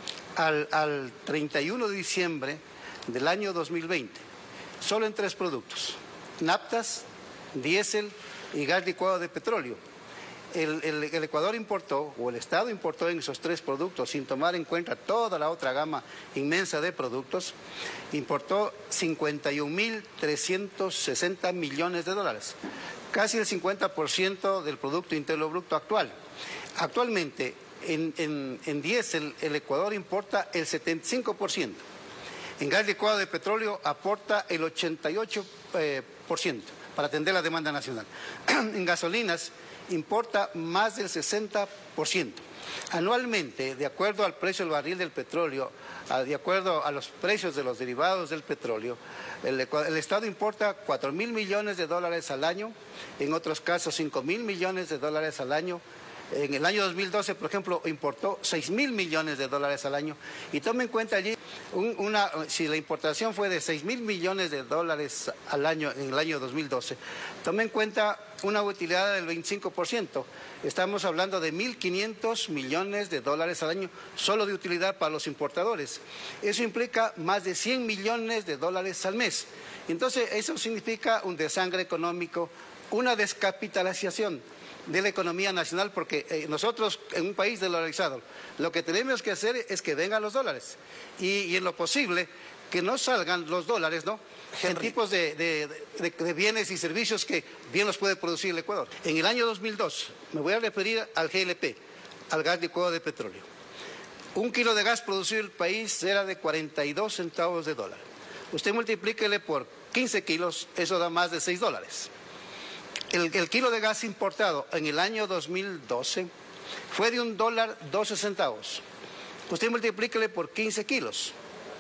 al, al treinta y uno de diciembre del año dos mil veinte, solo en tres productos, naftas, diésel y gas licuado de petróleo. El, el, el Ecuador importó, o el Estado importó en esos tres productos, sin tomar en cuenta toda la otra gama inmensa de productos, importó cincuenta y un mil trescientos sesenta millones de dólares, casi el cincuenta por ciento del Producto Interno Bruto actual. Actualmente, en, en, en diésel, el Ecuador importa el setenta y cinco por ciento. En gas licuado de petróleo aporta el ochenta y ocho por ciento para atender la demanda nacional. En gasolinas importa más del sesenta por ciento. Anualmente, de acuerdo al precio del barril del petróleo, de acuerdo a los precios de los derivados del petróleo, el, el Estado importa cuatro mil millones de dólares al año, en otros casos cinco mil millones de dólares al año. En el año dos mil doce, por ejemplo, importó seis mil millones de dólares al año. Y tome en cuenta allí, un, una, si la importación fue de seis mil millones de dólares al año en el año dos mil doce, tome en cuenta una utilidad del veinticinco por ciento. Estamos hablando de mil quinientos millones de dólares al año solo de utilidad para los importadores. Eso implica más de cien millones de dólares al mes. Entonces, eso significa un desangre económico, una descapitalización de la economía nacional, porque eh, nosotros en un país dolarizado lo que tenemos que hacer es que vengan los dólares y, y en lo posible que no salgan los dólares, ¿no? Henry. En tipos de, de, de, de bienes y servicios que bien los puede producir el Ecuador. En el año dos mil dos, me voy a referir al G L P, al gas licuado de petróleo. Un kilo de gas producido en el país era de cuarenta y dos centavos de dólar. Usted multiplíquele por quince kilos, eso da más de seis dólares. El, el kilo de gas importado en el año dos mil doce fue de un dólar doce centavos. Usted multiplíquele por quince kilos,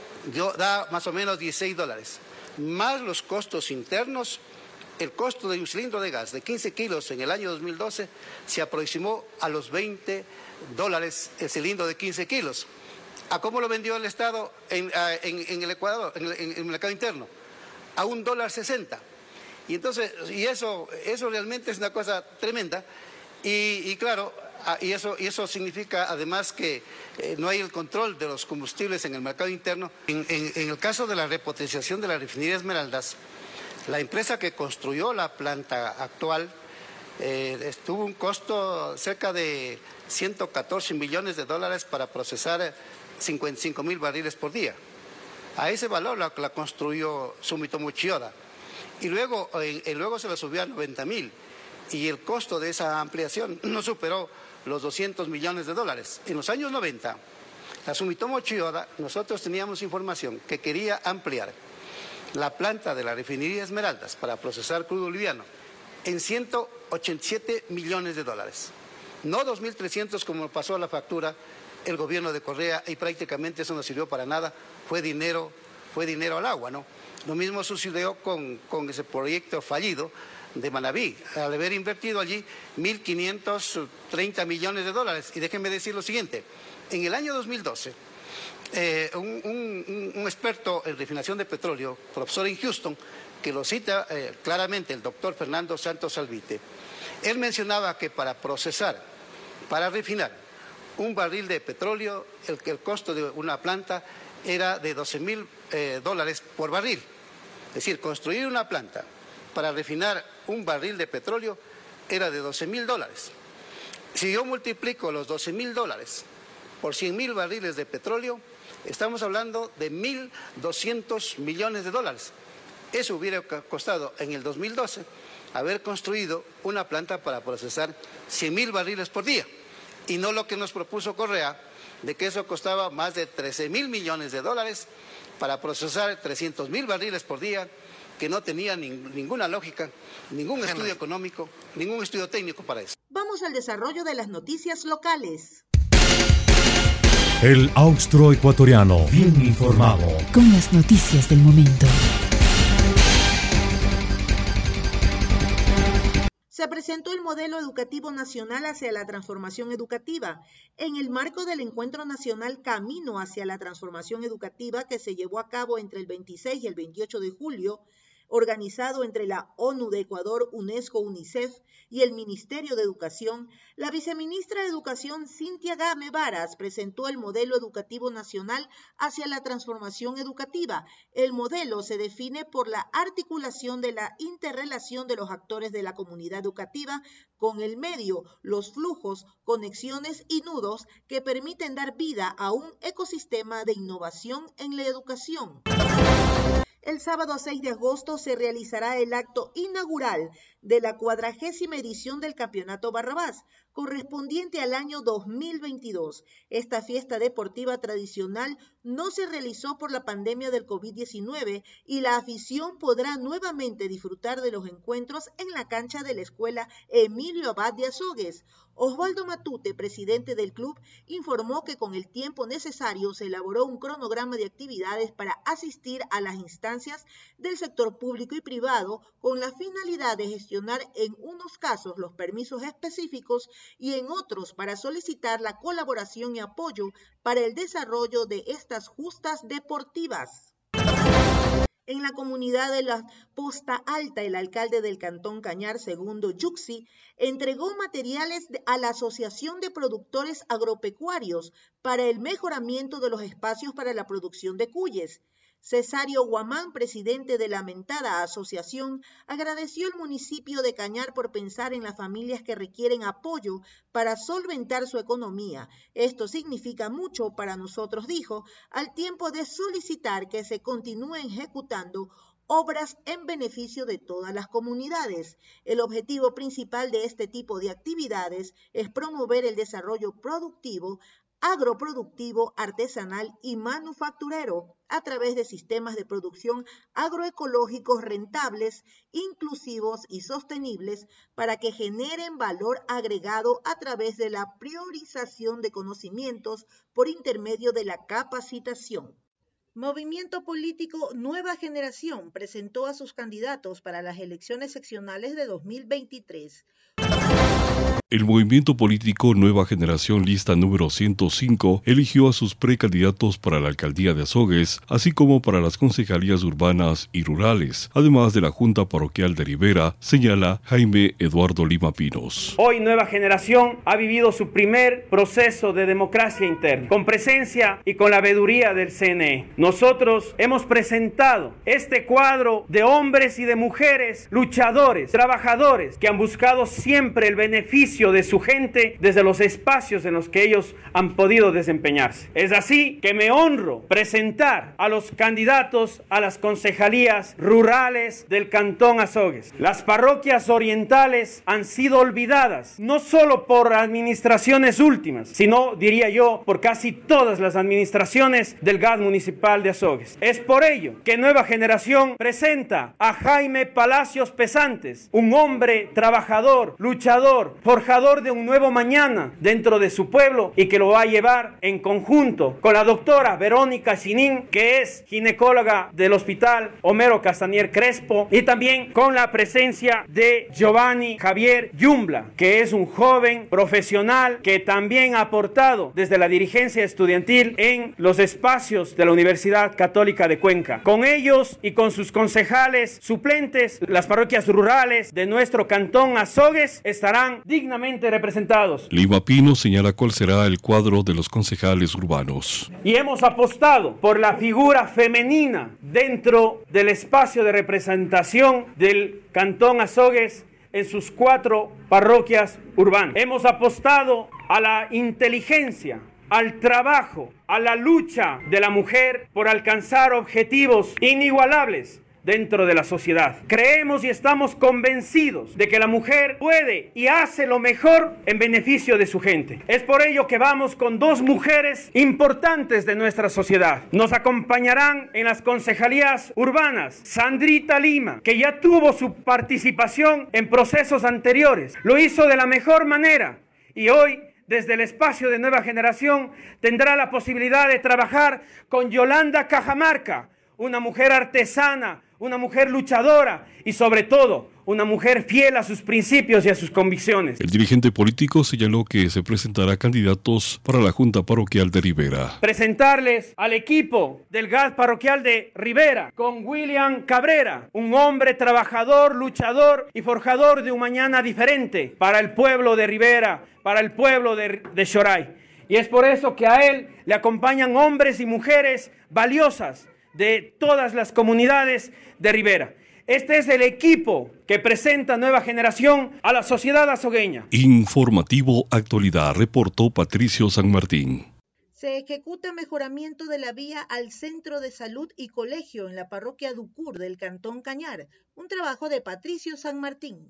da más o menos dieciséis dólares. Más los costos internos, el costo de un cilindro de gas de quince kilos en el año dos mil doce se aproximó a los veinte dólares el cilindro de quince kilos. ¿A cómo lo vendió el Estado en, en, en el Ecuador, en el, en el mercado interno? A un dólar sesenta. Y entonces, y eso, eso realmente es una cosa tremenda. Y, y claro, y eso, y eso significa además que eh, no hay el control de los combustibles en el mercado interno. En, en, en el caso de la repotenciación de la refinería Esmeraldas, la empresa que construyó la planta actual eh, tuvo un costo cerca de ciento catorce millones de dólares para procesar cincuenta y cinco mil barriles por día. A ese valor la, la construyó Sumitomo Chiyoda. Y luego, eh, luego se la subió a noventa mil y el costo de esa ampliación no superó los doscientos millones de dólares. En los años noventa, la Sumitomo Chiyoda, nosotros teníamos información que quería ampliar la planta de la refinería Esmeraldas para procesar crudo liviano en ciento ochenta y siete millones de dólares. No dos mil trescientos como pasó a la factura el gobierno de Correa y prácticamente eso no sirvió para nada, fue dinero fue dinero al agua, ¿no? Lo mismo sucedió con, con ese proyecto fallido de Manabí, al haber invertido allí mil quinientos treinta millones de dólares. Y déjenme decir lo siguiente, en el año dos mil doce, eh, un, un, un experto en refinación de petróleo, profesor en Houston, que lo cita eh, claramente el doctor Fernando Santos Alvite, él mencionaba que para procesar, para refinar un barril de petróleo, el, el costo de una planta era de doce mil eh, dólares por barril. Es decir, construir una planta para refinar un barril de petróleo era de doce mil dólares. Si yo multiplico los doce mil dólares por cien mil barriles de petróleo, estamos hablando de mil doscientos millones de dólares. Eso hubiera costado en el dos mil doce haber construido una planta para procesar cien mil barriles por día. Y no lo que nos propuso Correa, de que eso costaba más de trece mil millones de dólares para procesar trescientos mil barriles por día, que no tenía ni, ninguna lógica, ningún estudio económico, ningún estudio técnico para eso. Vamos al desarrollo de las noticias locales. El austroecuatoriano, bien informado. Con las noticias del momento. Se presentó el Modelo Educativo Nacional hacia la Transformación Educativa en el marco del Encuentro Nacional Camino hacia la Transformación Educativa que se llevó a cabo entre el veintiséis y el veintiocho de julio, organizado entre la ONU de Ecuador, UNESCO, UNICEF y el Ministerio de Educación. La viceministra de Educación, Cintia Game Varas, presentó el Modelo Educativo Nacional hacia la Transformación Educativa. El modelo se define por la articulación de la interrelación de los actores de la comunidad educativa con el medio, los flujos, conexiones y nudos que permiten dar vida a un ecosistema de innovación en la educación. El sábado seis de agosto se realizará el acto inaugural de la cuadragésima edición del Campeonato Barrabás, correspondiente al año dos mil veintidós. Esta fiesta deportiva tradicional no se realizó por la pandemia del COVID diecinueve y la afición podrá nuevamente disfrutar de los encuentros en la cancha de la Escuela Emilio Abad de Azogues. Osvaldo Matute, presidente del club, informó que con el tiempo necesario se elaboró un cronograma de actividades para asistir a las instancias del sector público y privado con la finalidad de gestionar en unos casos los permisos específicos y en otros para solicitar la colaboración y apoyo para el desarrollo de estas justas deportivas. En la comunidad de la Posta Alta, el alcalde del Cantón Cañar, Segundo Yuxi, entregó materiales a la Asociación de Productores Agropecuarios para el mejoramiento de los espacios para la producción de cuyes. Cesario Guamán, presidente de la mentada asociación, agradeció al municipio de Cañar por pensar en las familias que requieren apoyo para solventar su economía. Esto significa mucho para nosotros, dijo, al tiempo de solicitar que se continúen ejecutando obras en beneficio de todas las comunidades. El objetivo principal de este tipo de actividades es promover el desarrollo productivo, agroproductivo, artesanal y manufacturero a través de sistemas de producción agroecológicos rentables, inclusivos y sostenibles para que generen valor agregado a través de la priorización de conocimientos por intermedio de la capacitación. Movimiento Político Nueva Generación presentó a sus candidatos para las elecciones seccionales de dos mil veintitrés. El movimiento político Nueva Generación lista número ciento cinco eligió a sus precandidatos para la alcaldía de Azogues, así como para las concejalías urbanas y rurales, además de la Junta Parroquial de Rivera, señala Jaime Eduardo Lima Pinos. Hoy Nueva Generación ha vivido su primer proceso de democracia interna, con presencia y con la veeduría del C N E. Nosotros hemos presentado este cuadro de hombres y de mujeres luchadores, trabajadores, que han buscado siempre el beneficio de su gente desde los espacios en los que ellos han podido desempeñarse. Es así que me honro presentar a los candidatos a las concejalías rurales del Cantón Azogues. Las parroquias orientales han sido olvidadas, no solo por administraciones últimas, sino, diría yo, por casi todas las administraciones del G A D municipal de Azogues. Es por ello que Nueva Generación presenta a Jaime Palacios Pesantes, un hombre trabajador, luchador, por forjador de un nuevo mañana dentro de su pueblo y que lo va a llevar en conjunto con la doctora Verónica Sinín, que es ginecóloga del Hospital Homero Castanier Crespo, y también con la presencia de Giovanni Javier Yumbla, que es un joven profesional que también ha aportado desde la dirigencia estudiantil en los espacios de la Universidad Católica de Cuenca. Con ellos y con sus concejales suplentes, las parroquias rurales de nuestro cantón Azogues estarán dignamente representados. Lima Pino señala cuál será el cuadro de los concejales urbanos. Y hemos apostado por la figura femenina dentro del espacio de representación del cantón Azogues en sus cuatro parroquias urbanas. Hemos apostado a la inteligencia, al trabajo, a la lucha de la mujer por alcanzar objetivos inigualables dentro de la sociedad. Creemos y estamos convencidos de que la mujer puede y hace lo mejor en beneficio de su gente. Es por ello que vamos con dos mujeres importantes de nuestra sociedad. Nos acompañarán en las concejalías urbanas Sandrita Lima, que ya tuvo su participación en procesos anteriores. Lo hizo de la mejor manera y hoy, desde el espacio de Nueva Generación, tendrá la posibilidad de trabajar con Yolanda Cajamarca, una mujer artesana, una mujer luchadora y sobre todo una mujer fiel a sus principios y a sus convicciones. El dirigente político señaló que se presentará candidatos para la Junta Parroquial de Rivera. Presentarles al equipo del G A D Parroquial de Rivera con William Cabrera, un hombre trabajador, luchador y forjador de un mañana diferente para el pueblo de Rivera, para el pueblo de, de Xoray. Y es por eso que a él le acompañan hombres y mujeres valiosas de todas las comunidades de Rivera. Este es el equipo que presenta Nueva Generación a la sociedad azogueña. Informativo Actualidad, reportó Patricio San Martín. Se ejecuta mejoramiento de la vía al Centro de Salud y Colegio en la parroquia Ducur del Cantón Cañar, un trabajo de Patricio San Martín.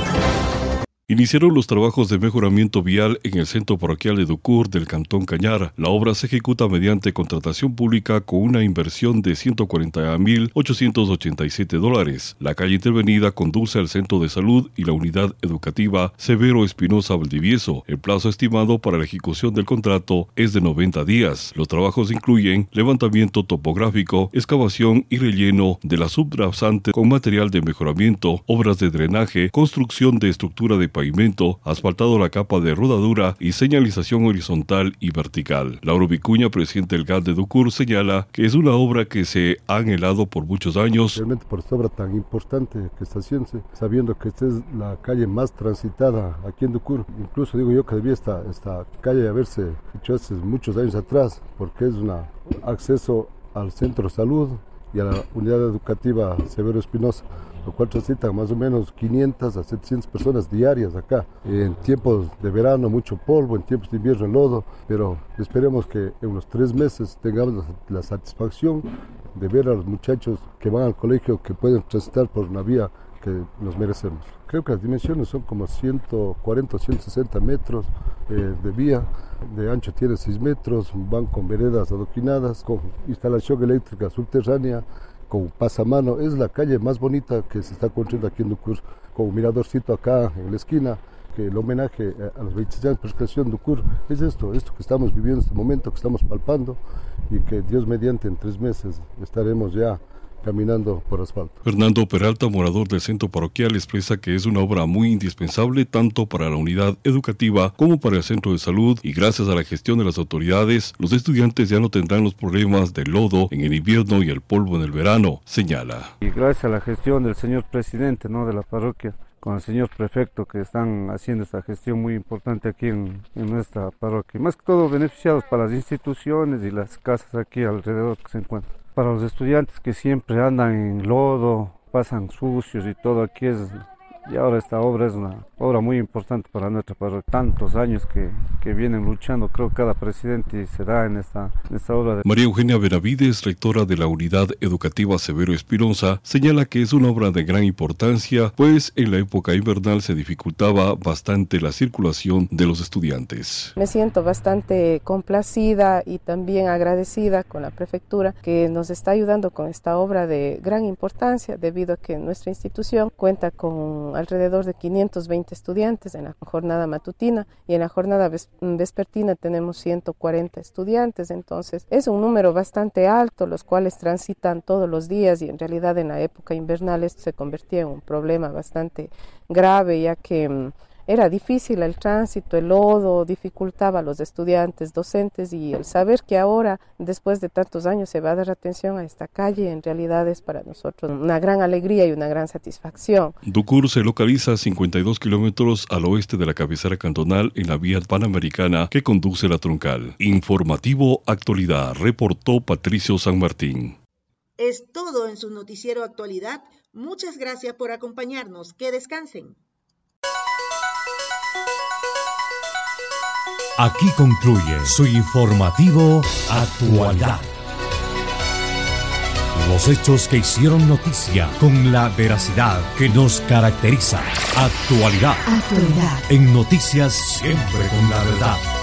Iniciaron los trabajos de mejoramiento vial en el centro parroquial de Ducur del Cantón Cañar. La obra se ejecuta mediante contratación pública con una inversión de ciento cuarenta mil ochocientos ochenta y siete dólares. La calle intervenida conduce al centro de salud y la unidad educativa Severo Espinosa Valdivieso. El plazo estimado para la ejecución del contrato es de noventa días. Los trabajos incluyen levantamiento topográfico, excavación y relleno de la subrasante con material de mejoramiento, obras de drenaje, construcción de estructura de pavimento, asfaltado la capa de rodadura y señalización horizontal y vertical. Lauro Vicuña, presidente del G A D de Ducur, señala que es una obra que se ha anhelado por muchos años. Realmente por esta obra tan importante que está haciéndose, sabiendo que esta es la calle más transitada aquí en Ducur. Incluso digo yo que debía esta, esta calle haberse hecho hace muchos años atrás, porque es un acceso al centro de salud y a la unidad educativa Severo Espinosa, lo cual transita más o menos quinientas a setecientas personas diarias acá. En tiempos de verano mucho polvo, en tiempos de invierno lodo, pero esperemos que en unos tres meses tengamos la satisfacción de ver a los muchachos que van al colegio que pueden transitar por una vía que nos merecemos. Creo que las dimensiones son como ciento cuarenta o ciento sesenta metros eh, de vía, de ancho tiene seis metros, van con veredas adoquinadas, con instalación eléctrica subterránea, con pasamano. Es la calle más bonita que se está construyendo aquí en Ducur, con un miradorcito acá en la esquina, que el homenaje a los veintiséis años de prescripción Ducur es esto, esto que estamos viviendo en este momento, que estamos palpando, y que Dios mediante en tres meses estaremos ya caminando por asfalto. Fernando Peralta, morador del centro parroquial, expresa que es una obra muy indispensable tanto para la unidad educativa como para el centro de salud, y gracias a la gestión de las autoridades, los estudiantes ya no tendrán los problemas del lodo en el invierno y el polvo en el verano, señala. Y gracias a la gestión del señor presidente, ¿no?, de la parroquia, con el señor prefecto, que están haciendo esta gestión muy importante aquí en, en nuestra parroquia. Y más que todo beneficiados para las instituciones y las casas aquí alrededor que se encuentran. Para los estudiantes que siempre andan en lodo, pasan sucios y todo, aquí es... Y ahora esta obra es una obra muy importante para nuestra parroquia. Tantos años que, que vienen luchando, creo que cada presidente se da en esta, en esta obra. De... María Eugenia Benavides, rectora de la Unidad Educativa Severo Espinosa, señala que es una obra de gran importancia, pues en la época invernal se dificultaba bastante la circulación de los estudiantes. Me siento bastante complacida y también agradecida con la prefectura que nos está ayudando con esta obra de gran importancia, debido a que nuestra institución cuenta con son alrededor de quinientos veinte estudiantes en la jornada matutina y en la jornada ves- vespertina tenemos ciento cuarenta estudiantes. Entonces es un número bastante alto, los cuales transitan todos los días y en realidad en la época invernal esto se convertía en un problema bastante grave, ya que mm, era difícil el tránsito, el lodo dificultaba a los estudiantes, docentes, y el saber que ahora, después de tantos años, se va a dar atención a esta calle, en realidad es para nosotros una gran alegría y una gran satisfacción. Ducur se localiza a cincuenta y dos kilómetros al oeste de la cabecera cantonal en la vía panamericana que conduce la troncal. Informativo Actualidad, reportó Patricio San Martín. Es todo en su noticiero Actualidad. Muchas gracias por acompañarnos. Que descansen. Aquí concluye su informativo Actualidad. Los hechos que hicieron noticia con la veracidad que nos caracteriza. Actualidad. Actualidad. En noticias siempre con la verdad.